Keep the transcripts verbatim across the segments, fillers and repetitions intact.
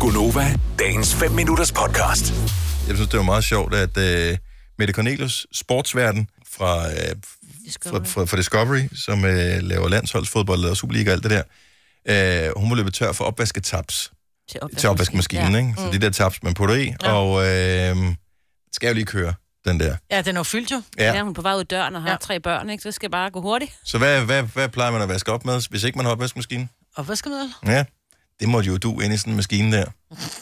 Gunova, dagens fem minutters podcast. Jeg synes, det var meget sjovt, at uh, Mette Cornelius, sportsverden fra, uh, fra, fra, fra Discovery, som uh, laver landsholdsfodbold og Superliga og alt det der, uh, hun må løbe tør for opvasketaps til, til opvaskemaskinen, ja. Ikke? Så mm. de der taps, man putter i, ja. Og uh, skal jo lige køre den der. Ja, den er jo fyldt jo. Ja. Ja, hun er på vej ud af døren og har ja. tre børn, ikke? Så skal bare gå hurtigt. Så hvad, hvad, hvad plejer man at vaske op med, hvis ikke man har opvaskemaskinen? Opvaskemiddel? Ja, det må jo du ind i sådan en maskine der.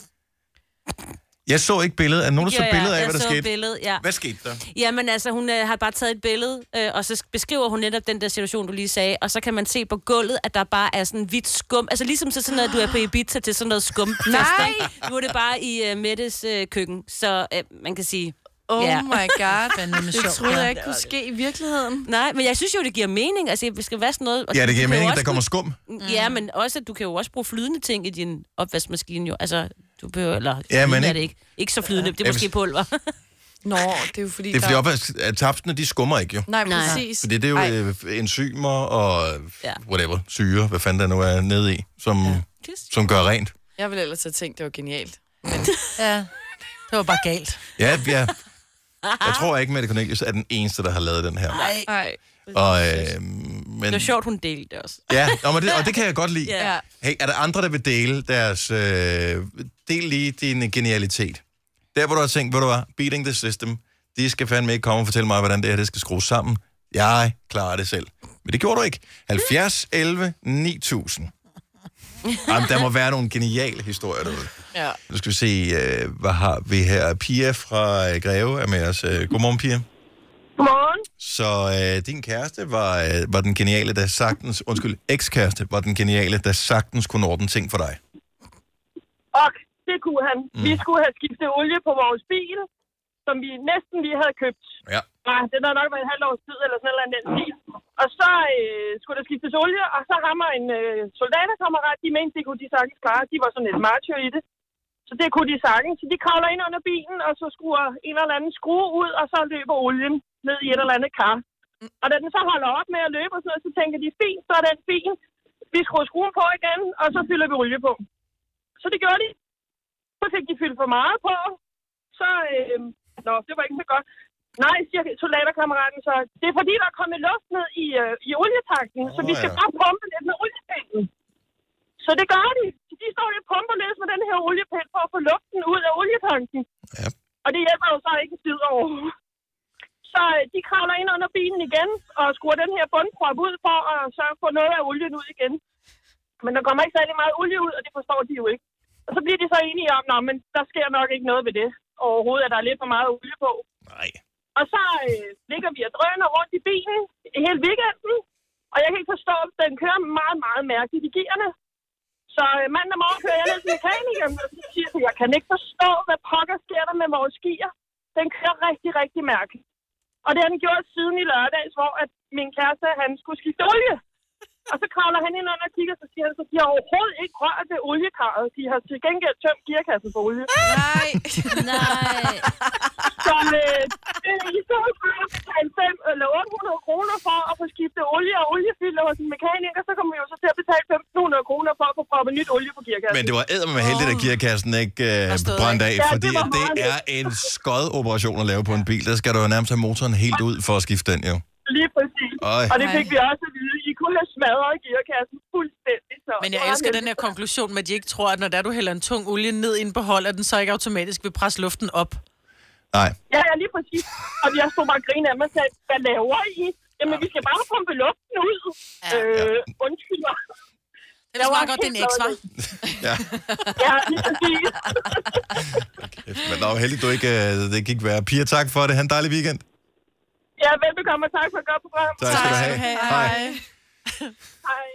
Jeg så ikke billedet. Er nogen, der så billedet af, hvad der skete? Billede, ja. Hvad skete der? Jamen altså, hun øh, har bare taget et billede, øh, og så beskriver hun netop den der situation, du lige sagde, og så kan man se på gulvet, at der bare er sådan hvidt skum. Altså ligesom så sådan noget, du er på Ibiza til sådan noget skum. Nej! Nu er det bare i øh, Mettes øh, køkken, så øh, man kan sige... Oh ja. my god, det troede jeg ikke kunne ske i virkeligheden. Nej, men jeg synes jo, det giver mening. Altså, vi skal vaske noget... Ja, det giver mening, også, der kommer skum. Ja, men også, du kan jo også bruge flydende ting i din opvaskemaskine, jo. Altså, du behøver... Eller, ja, men ikke, er det ikke. Ikke så flydende, det er måske pulver. Nå, det er jo fordi... Det er fordi opvask, at tapsene, de skummer ikke, jo. Nej, præcis. Fordi det er jo Ej. enzymer og ja. whatever, syre, hvad fanden der nu er nede i, som, ja. som gør rent. Jeg ville ellers have tænkt, det var genialt. Men ja, det var bare galt. Ja, ja. Jeg tror ikke, Mette Cornelius er den eneste, der har lavet den her. Nej. Nej. Og, øh, men... Det var sjovt, hun delte det også. Ja, og det, og det kan jeg godt lide. Ja. Hey, er der andre, der vil dele deres... Øh, del lige din genialitet. Der, hvor du har tænkt, hvor du er, beating the system, de skal fandme ikke komme og fortælle mig, hvordan det her det skal skrues sammen. Jeg klarer det selv. Men det gjorde du ikke. halvfjerds elleve ni tusind. Jamen, der må være nogle geniale historier derude. Ja. Nu skal vi se, øh, hvad har vi her? Pia fra øh, Greve er med os. Øh, godmorgen, Pia. Godmorgen. Så øh, din kæreste var, øh, var den geniale, der sagtens... Undskyld, ekskæreste var den geniale, der sagtens kunne ordne ting for dig. Og det kunne han. Mm. Vi skulle have skiftet olie på vores bil, som vi næsten lige havde købt. Ja. Ja, det har nok været en halv års tid, eller sådan noget den bil. Og så øh, skulle der skiftes olie, og så ham og en øh, soldaterkammerat, de mente, det kunne de sagtens klare. De var sådan lidt macho i det. Så det kunne de sagtens. Så de kravler ind under bilen, og så skruer en eller anden skrue ud, og så løber olien ned i et eller andet kar. Og da den så holder op med at løbe, og sådan noget, så tænker de, fint, så er den fin. Vi skruer skruen på igen, og så fylder vi olie på. Så det gjorde de. Så fik de fyldt for meget på. Så, øh, nå, det var ikke så godt. Nej, siger soldaterkammeraten så. Det er fordi, der er kommet luft ned i, øh, i olietanken, oh, så vi skal ja. bare pumpe lidt med oliepinden. Så det gør de. Så de står lige og pumper lidt med den her oliepind for at få luften ud af olietanken. Ja. Og det hjælper jo så ikke en tid over. Så øh, de kravler ind under bilen igen og skruer den her bundprop ud for at så få noget af olien ud igen. Men der kommer ikke særlig meget olie ud, og det forstår de jo ikke. Og så bliver de så enige om, at der sker nok ikke noget ved det. Overhovedet er der lidt for meget olie på. Nej. Og så øh, ligger vi og drøner rundt i bilen hele weekenden. Og jeg kan ikke forstå, at den kører meget, meget mærkeligt i gearne. Så øh, mandag morgen kører jeg ned til mekanikeren, og så siger jeg, jeg kan ikke forstå, hvad pokker sker der med vores gear. Den kører rigtig, rigtig mærkeligt. Og det har den gjort siden i lørdags, hvor at min kæreste, han skulle skifte olie. Og så kravler han ind under og kigger, så siger han, så de har overhovedet ikke rørt ved oliekarret. De har til gengæld tømt gearkassen for olie. Nej, nej. Så øh, det er i stedet for at betale fem eller otte hundrede kroner for at få skiftet olie og oliefilter hos en mekaniker, så kommer vi jo så til at betale femten hundrede kroner for at få proppet nyt olie på gearkassen. Men det var eddermame heldigt, at gearkassen ikke øh, brændte af, ja, fordi det, det er en skodoperation at lave på en bil. Der skal du jo nærmest have motoren helt ud for at skifte den, jo. Lige præcis. Øj. Og det fik vi også at vide. I kunne have smadret gearkassen fuldstændig. Så. Men jeg elsker den her konklusion med, at de ikke tror, at når der du hælder en tung olie ned i en behold, at den så ikke automatisk vil presse luften op. Nej. Ja, ja, lige præcis. Og jeg stod bare og grine af mig og sagde, hvad laver I? Jamen, vi skal bare pumpe luften ud. Ja. Øh, undskyld mig. Det var godt, det er en eks, var? Ja. Ja, lige præcis. Okay. Men der var heldigt, du ikke det gik værre. Pia, tak for det. Ha' en dejlig weekend. Ja, velbekomme, og tak for et godt program. Tak skal du have. Hej. Hej. Hej.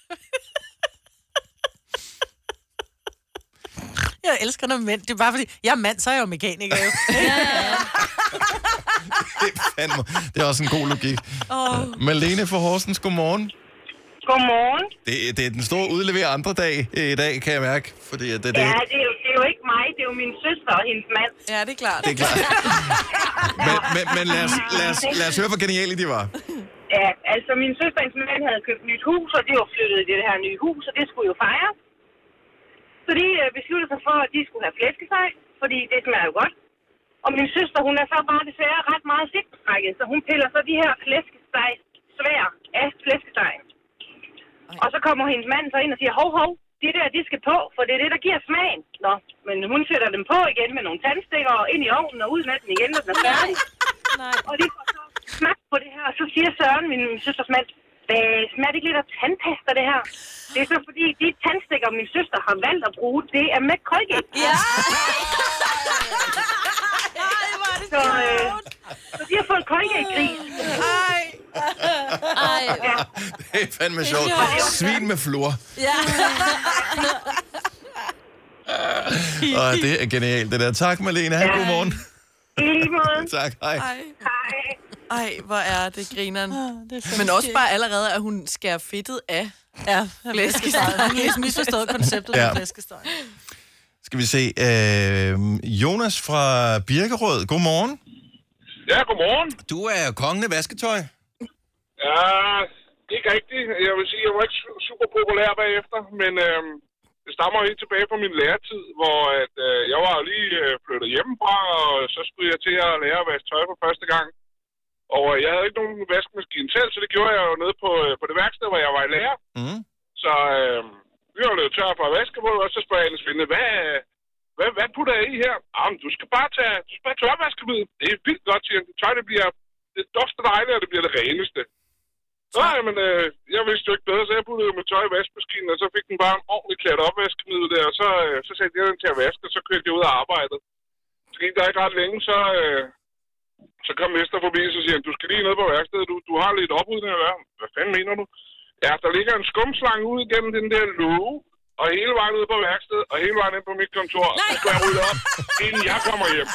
Jeg elsker når mænd. Det er bare fordi, jeg er mand, så er jeg jo mekaniker. Jo. Ja, ja, ja. Det er fandme, det er også en god logik. Oh. Malene fra Horsens, godmorgen. Godmorgen. Det, det er den store udlever andre dag i dag, kan jeg mærke. Fordi det, det, Ja, det er, jo, det er jo ikke mig, det er jo min søster og hendes mand. Ja, det er klart. Det er klart. men men, men lad, os, lad, os, lad os høre, hvor geniale de var. Ja, altså min søster og hendes mand havde købt et nyt hus, og de var flyttet i det her nye hus, og det skulle jo fejres. Så de øh, besluttede sig for, at de skulle have flæskesteg, fordi det smager jo godt. Og min søster, hun er så bare desværre ret meget sigtstrækket, så hun piller så de her flæskesteg svær af flæskestegen. Og så kommer hendes mand så ind og siger, hov, hov, det der, de skal på, for det er det, der giver smagen. Nå, men hun sætter dem på igen med nogle tandstikker og ind i ovnen og ud med den igen, når den er færdig. Nej. Og de får så smagt på det her, og så siger Søren, min søsters mand, hvad smager det ikke lidt af tandpasta, det her? Det er så fordi, de tandstikker, min søster har valgt at bruge, det er med Colgate. Ja! Så, øh, så de har fået Colgate-gris. Ej. Ej. Ja. Det er fandme sjovt. Svin med flor. Ja. Og det er genialt, det der. Tak, Malene. Ha' en god morgen. I lige måde. Tak, hej. Ej. Hej. Ej, hvor er det grineren. Men også bare allerede, at hun skærer fedtet af Ja, flæskesteg. Jeg har lige misforstået konceptet Ja. med flæskesteg. Skal vi se. Øh, Jonas fra Birkerød. Godmorgen. Ja, godmorgen. Du er kongen af vasketøj. Ja, ikke rigtigt. Jeg vil sige, jeg var ikke su- super populær bagefter, men øh, det stammer helt tilbage fra min læretid, hvor at, øh, jeg var lige øh, flyttet hjemmefra, og så skulle jeg til at lære at vaske tøj for første gang. Og øh, jeg havde ikke nogen vaskemaskine selv, så det gjorde jeg jo nede på, øh, på det værksted, hvor jeg var i lærer. Mm. Så øh, vi var blevet tør for at vaske på, og så spørger jeg hendes veninde, hvad, hvad, hvad putter jeg i her? Jamen, du skal bare tage, du skal bare tage tørvaskemiddel. Det er vildt godt, siger han. Det tøj, det bliver det dufter dejligt, og det bliver det reneste. Nej, men øh, jeg vidste jo ikke bedre, så jeg puttede jo mit tøj i vaskemaskinen, og så fik den bare en ordentlig klædt op vaskemiddel der, og så, øh, så satte jeg den til at vaske, og så kørte jeg ud af arbejdet. Så gik der ikke ret længe, så, øh, så kom mester forbi, og så siger han, du skal lige ned på værkstedet, du, du har lidt oprydning at være. Hvad fanden mener du? Ja, der ligger en skumslange ud gennem den der låge, og hele vejen ud på værkstedet, og hele vejen ind på mit kontor, og så skal jeg rydde op, inden jeg kommer hjem.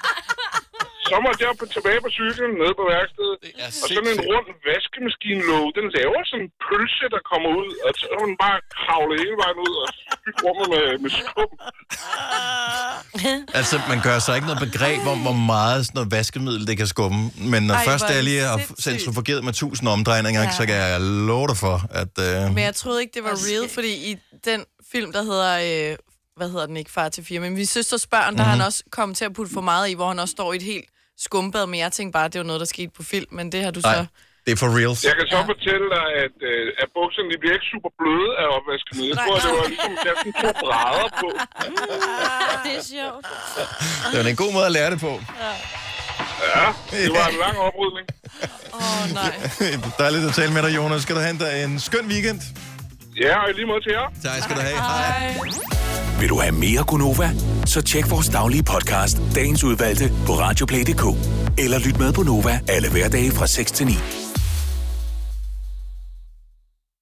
Så måtte jeg tilbage på cyklen, nede på værkstedet, og sådan en rund vaskemaskine-låge, den laver sådan en pølse, der kommer ud, og så er den bare kravlet hele vejen ud, og fyldt rummet med, med skum. Altså, man gør sig ikke noget begreb om, hvor meget sådan noget vaskemiddel det kan skumme. Men når Ej, først hvor er er det lige er sindssygt. centrifugeret med tusind omdrejninger, ja. Så kan jeg love dig for, at... Øh... Men jeg troede ikke, det var real, fordi i den film, der hedder... Øh, hvad hedder den ikke, Far til fire, men Min Søsters Børn, der mm-hmm. har han også kommet til at putte for meget i, hvor han også står i et helt skumbad, men jeg tænkte bare, at det var noget, der skete på film, men det har du Nej, så... det er for reals. Jeg kan så ja. fortælle dig, at, øh, at bukserne de bliver ikke super bløde af opvaskemiddel. Jeg tror, det var ligesom at tage sådan to brædder på. Det er sjovt. Det var en god måde at lære det på. Ja, det var en lang oprydning. Åh, oh, nej. Dejligt at tale med dig, Jonas. Skal du have en, en skøn weekend? Ja, og i lige måde til jer. Tak skal du have. Hej. Vil du have mere Gunova? Så tjek vores daglige podcast, dagens udvalgte, på radioplay punktum d k. Eller lyt med på Nova alle hverdage fra seks til ni.